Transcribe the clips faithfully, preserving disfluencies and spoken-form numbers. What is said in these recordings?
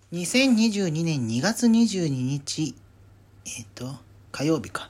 にせんにじゅうにねんにがつにじゅうににち、えっと、火曜日か。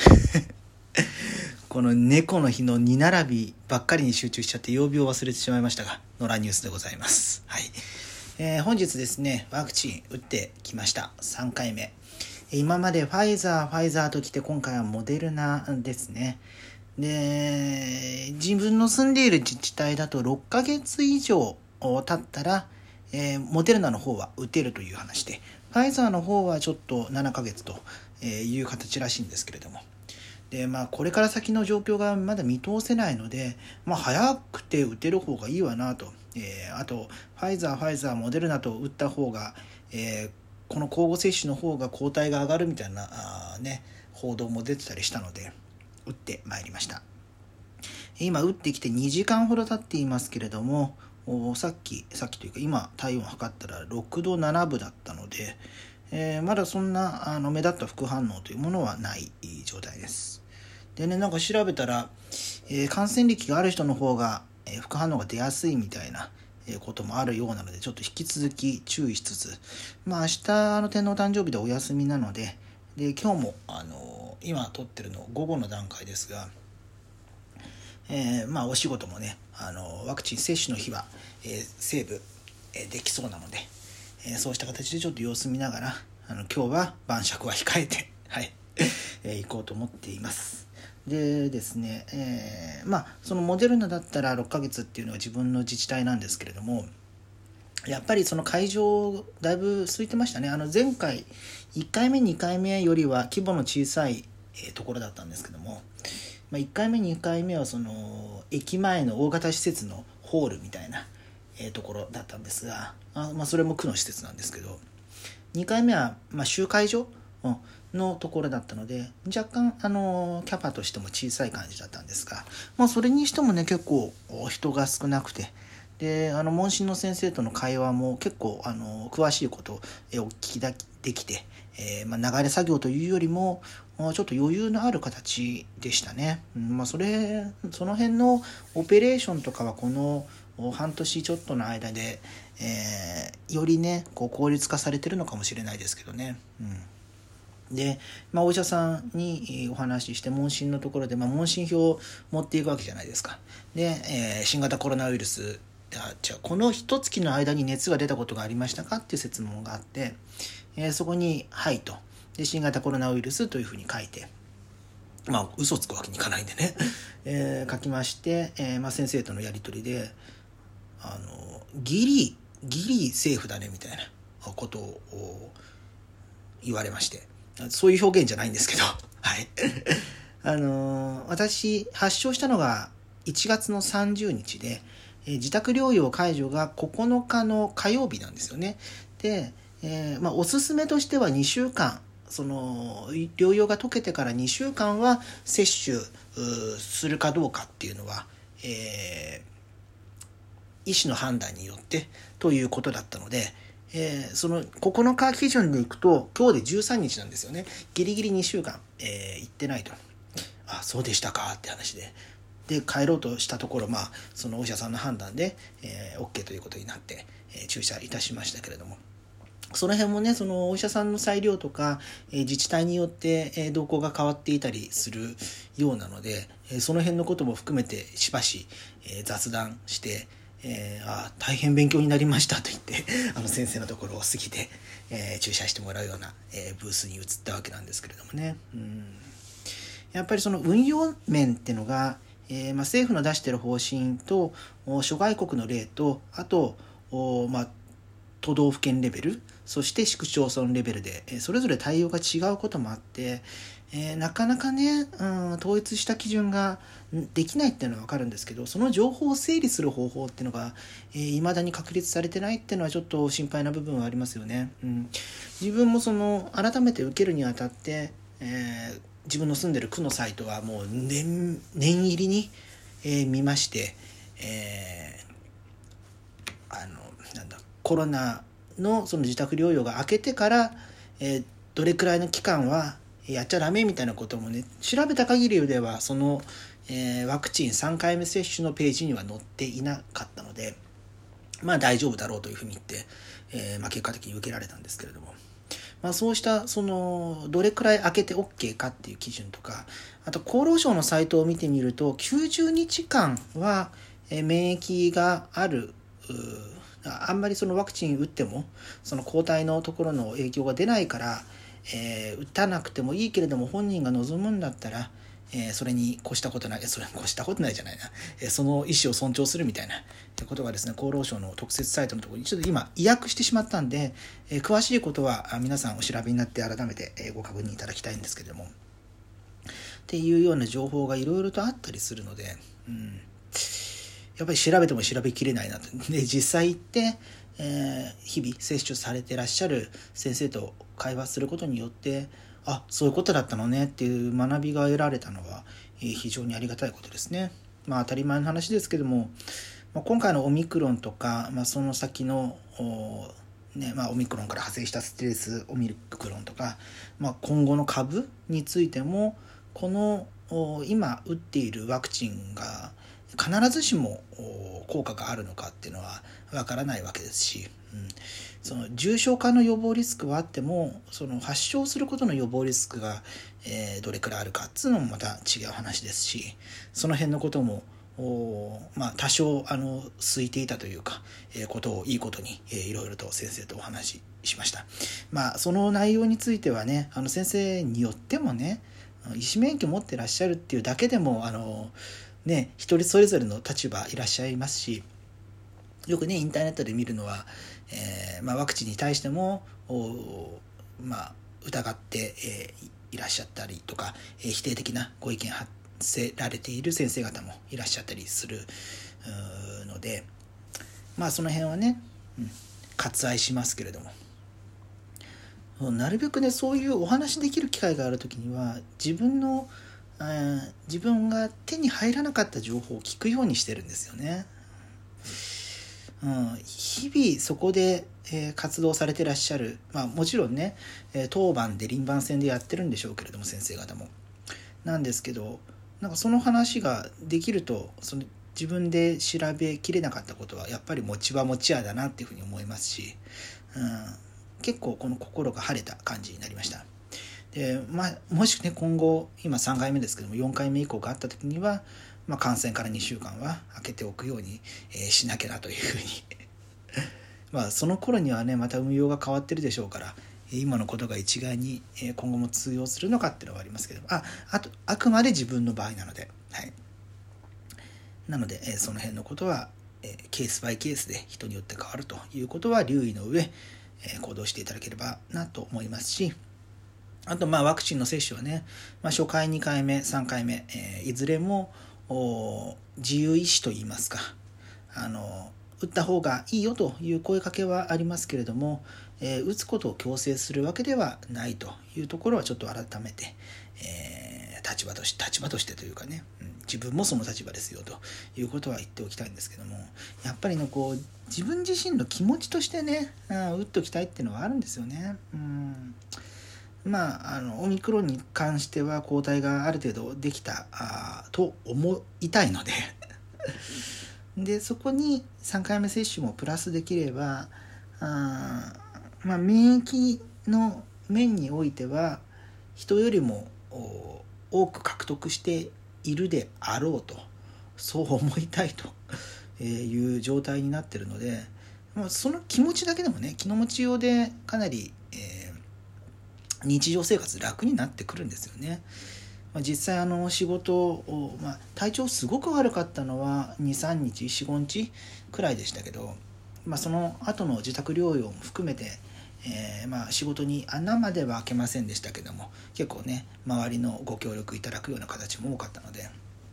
この猫の日のに並びばっかりに集中しちゃって曜日を忘れてしまいましたが、野良ニュースでございます。はい。えー、本日ですね、ワクチン打ってきました。さんかいめ。今までファイザー、ファイザーときて、今回はモデルナですね。で、自分の住んでいる自治体だとろっかげつ以上経ったら、えー、モデルナの方は打てるという話で、ファイザーの方はちょっとななかげつという形らしいんですけれども、で、まあ、これから先の状況がまだ見通せないので、まあ、早くて打てる方がいいわなと、えー、あとファイザー、ファイザー、モデルナと打った方が、えー、この交互接種の方が抗体が上がるみたいなあ、ね、報道も出てたりしたので、打ってまいりました。今打ってきてにじかんほど経っていますけれども、さっきさっきというか今体温を測ったらろくどななぶだったので、えー、まだそんなあの目立った副反応というものはない状態です。でね、なんか調べたら、えー、感染歴がある人の方が、えー、副反応が出やすいみたいなこともあるようなので、ちょっと引き続き注意しつつ、まあ明日の天皇誕生日でお休みなので、で今日もあの今撮ってるの午後の段階ですが、えー、まあお仕事もね、あのワクチン接種の日は、えー、セーブ、えー、できそうなので、えー、そうした形でちょっと様子見ながら、あの今日は晩酌は控えて、はい、えー、行こうと思っています。でですね、えー、まあそのモデルナだったらろっかげつっていうのは自分の自治体なんですけれども、やっぱりその会場だいぶ空いてましたね。あの前回いっかいめにかいめよりは規模の小さい、えー、ところだったんですけども、まあ、いっかいめにかいめはその駅前の大型施設のホールみたいな、えー、ところだったんですが、あ、まあ、それも区の施設なんですけど、にかいめはまあ集会所のところだったので、若干あのキャパとしても小さい感じだったんですが、まあ、それにしてもね結構人が少なくて、であの問診の先生との会話も結構あの詳しいことをお聞きできて、えーまあ、流れ作業というよりもちょっと余裕のある形でしたね。まあ、それその辺のオペレーションとかはこの半年ちょっとの間で、えー、よりねこう効率化されてるのかもしれないですけどね。うん、で、まあ、お医者さんにお話しして問診のところで、まあ、問診票を持っていくわけじゃないですか。で、えー、新型コロナウイルスじゃあこの一月の間に熱が出たことがありましたかっていう設問があって、えー、そこに「はい」とで新型コロナウイルスというふうに書いて、まあ嘘つくわけにいかないんでね、えー、書きまして、えーまあ、先生とのやり取りであのギリギリセーフだねみたいなことを言われまして、そういう表現じゃないんですけどはいあの私発症したのがいちがつのさんじゅうにちで、えー、自宅療養解除がここのかの火曜日なんですよね。で、えーまあ、おすすめとしてはにしゅうかん、その療養が解けてからにしゅうかんは接種するかどうかっていうのは、えー、医師の判断によってということだったので、えー、そのここのか基準でいくと今日でじゅうさんにちなんですよね。ギリギリにしゅうかん、えー、行ってないと。あ、そうでしたかって話で、で帰ろうとしたところ、まあそのお医者さんの判断で、えー、OK ということになって、えー、注射いたしましたけれども、その辺もね、そのお医者さんの裁量とか、えー、自治体によって、えー、動向が変わっていたりするようなので、えー、その辺のことも含めてしばし、えー、雑談して、えー、あ大変勉強になりましたと言ってあの先生のところを過ぎて、えー、注射してもらうような、えー、ブースに移ったわけなんですけれどもね。うん、やっぱりその運用面っていうのが、えーまあ、政府の出している方針と諸外国の例と、あと、まあ、都道府県レベル、そして市区町村レベルで、えー、それぞれ対応が違うこともあって、えー、なかなかね、うん、統一した基準ができないっていうのは分かるんですけど、その情報を整理する方法っていうのが、えー、未だに確立されてないっていうのはちょっと心配な部分はありますよね。うん、自分もその改めて受けるにあたって、えー、自分の住んでる区のサイトはもう 年, 年入りに、えー、見まして、えー、あのなんだコロナのその自宅療養が明けてから、えー、どれくらいの期間はやっちゃダメみたいなこともね、調べた限りではその、えー、ワクチンさんかいめ接種のページには載っていなかったので、 まあ大丈夫だろうというふうに言って、えーまあ、結果的に受けられたんですけれども、まあ、そうしたそのどれくらい空けて OK かっていう基準とか、あと厚労省のサイトを見てみるときゅうじゅうにちかんは免疫がある、あんまりそのワクチン打ってもその抗体のところの影響が出ないから、えー、打たなくてもいいけれども本人が望むんだったら、えー、それに越したことない、それに越したことないじゃないな、えー、その意思を尊重するみたいなことがですね、厚労省の特設サイトのところにちょっと今意訳してしまったんで、えー、詳しいことは皆さんお調べになって改めてご確認いただきたいんですけれども、っていうような情報がいろいろとあったりするので、うん、やっぱり調べても調べきれないなと。で実際行って、えー、日々接種されてらっしゃる先生と会話することによって、あ、そういうことだったのねっていう学びが得られたのは、えー、非常にありがたいことですね。まあ当たり前の話ですけども、まあ、今回のオミクロンとか、まあ、その先のねまあ、オミクロンから派生したステルスオミクロンとか、まあ、今後の株についてもこの今打っているワクチンが必ずしも効果があるのかっていうのはわからないわけですし、うん、その重症化の予防リスクはあってもその発症することの予防リスクが、えー、どれくらいあるかっていうのもまた違う話ですし、その辺のこともまあ、多少あの空いていたというか、えー、ことをいいことに、えー、いろいろと先生とお話ししました。まあその内容についてはね、あの先生によってもね、医師免許持ってらっしゃるっていうだけでもあのね一人それぞれの立場いらっしゃいますし、よくねインターネットで見るのは、えーまあ、ワクチンに対してもまあ疑って、えー、いらっしゃったりとか、えー、否定的なご意見発せられている先生方もいらっしゃったりするので、まあその辺はね、うん、割愛しますけれども、なるべくねそういうお話できる機会があるときには自分の自分が手に入らなかった情報を聞くようにしてるんですよね。うん、日々そこで、えー、活動されてらっしゃる、まあもちろんね、えー、当番で輪番戦でやってるんでしょうけれども先生方もなんですけど、なんかその話ができるとその自分で調べきれなかったことはやっぱり持ち場持ち屋だなっていうふうに思いますし、うん、結構この心が晴れた感じになりました。で、まあ、もしね今後今さんかいめですけどもよんかいめ以降があった時には、まあ、感染からにしゅうかんは空けておくように、えー、しなきゃなというふうにまあその頃にはねまた運用が変わってるでしょうから、今のことが一概に今後も通用するのかっていうのはありますけども、あ、あとあくまで自分の場合なので、はい、なのでその辺のことはケースバイケースで人によって変わるということは留意の上行動していただければなと思いますし、あとまあワクチンの接種はね、まあ、初回にかいめさんかいめ、えー、いずれも自由意志といいますか、あの打った方がいいよという声かけはありますけれども、えー、打つことを強制するわけではないというところはちょっと改めて、えー、立場として立場としてというかね、うん、自分もその立場ですよということは言っておきたいんですけども、やっぱりねこう自分自身の気持ちとしてね、うん、打っておきたいっていうのはあるんですよね。うんまあ、あのオミクロンに関しては抗体がある程度できたあと思いたいのででそこにさんかいめ接種もプラスできればあ、まあ、免疫の面においては人よりも多く獲得しているであろうとそう思いたいという状態になっているので、まあ、その気持ちだけでもね気の持ちようでかなり、えー、日常生活楽になってくるんですよね。実際あの仕事を、まあ、体調すごく悪かったのはにさんにち よん,ご 日くらいでしたけど、まあ、その後の自宅療養も含めて、えー、まあ仕事に穴までは開けませんでしたけども結構ね周りのご協力いただくような形も多かったので、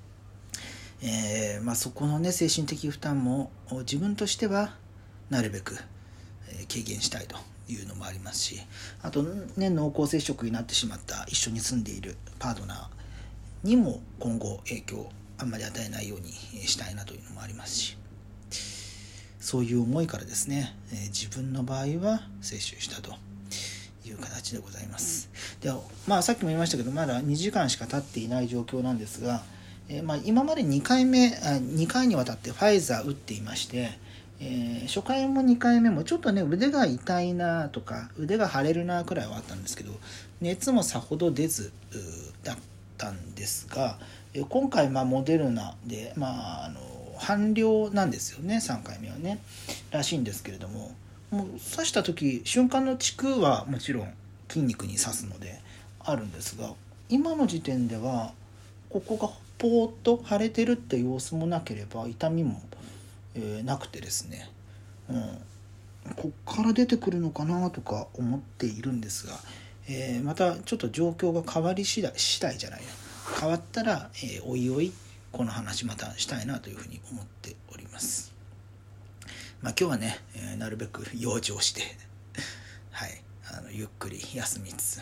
えーまあ、そこのね精神的負担も自分としてはなるべく軽減したいというのもありますし、あとね濃厚接触になってしまった一緒に住んでいるパートナーにも今後影響をあんまり与えないようにしたいなというのもありますし、そういう思いからですね、えー、自分の場合は接種したという形でございます。で、まあさっきも言いましたけどまだにじかんしか経っていない状況なんですが、えーまあ、今までにかいめにかいにわたってファイザー打っていまして、 えー、初回もにかいめもちょっとね腕が痛いなとか腕が腫れるなくらいはあったんですけど、熱もさほど出ずだったんですが、えー、今回まあモデルナで、まあ、あの半量なんですよね、さんかいめはねらしいんですけれども、もう刺した時瞬間のチクはもちろん筋肉に刺すのであるんですが、今の時点ではここがポーッと腫れてるって様子もなければ痛みも、えー、なくてですね、うん、こっから出てくるのかなとか思っているんですが、えー、またちょっと状況が変わり次第次第じゃないな変わったら、えー、おいおいこの話またしたいなというふうに思っております。まあ、今日はね、えー、なるべく養生してはいあのゆっくり休みつつ、えー、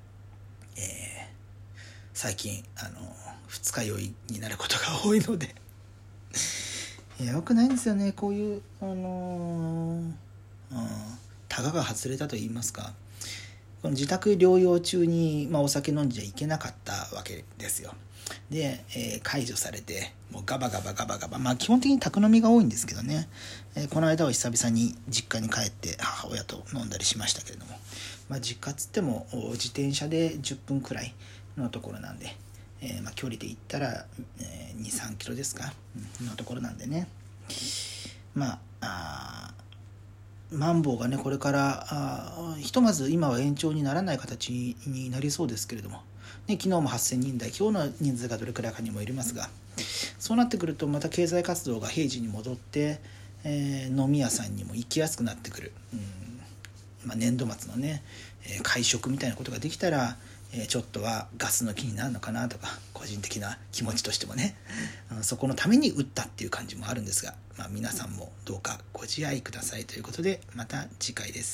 最近あの二日酔いになることが多いのでよくないんですよね、こういうあのーうん、タガが外れたと言いますか、この自宅療養中に、まあ、お酒飲んじゃいけなかったわけですよ。で、えー、解除されてもうガバガバガバガバ、まあ基本的に宅飲みが多いんですけどね、えー、この間は久々に実家に帰って母親と飲んだりしましたけれども、まあ、実家っつっても自転車でじゅっぷんくらいのところなんで、えーまあ、距離で言ったら、えー、にさんキロですか、うん、のところなんでね、まああマンボウがねこれからあひとまず今は延長にならない形になりそうですけれども、ね、昨日もはっせんにん台、今日の人数がどれくらいかにもよりますが、そうなってくるとまた経済活動が平時に戻って、えー、飲み屋さんにも行きやすくなってくる、うんまあ、年度末のね、えー、会食みたいなことができたら、えー、ちょっとはガスの気になるのかなとか個人的な気持ちとしてもね、うん、そこのために打ったっていう感じもあるんですが、まあ、皆さんもどうかご自愛くださいということで、また次回です。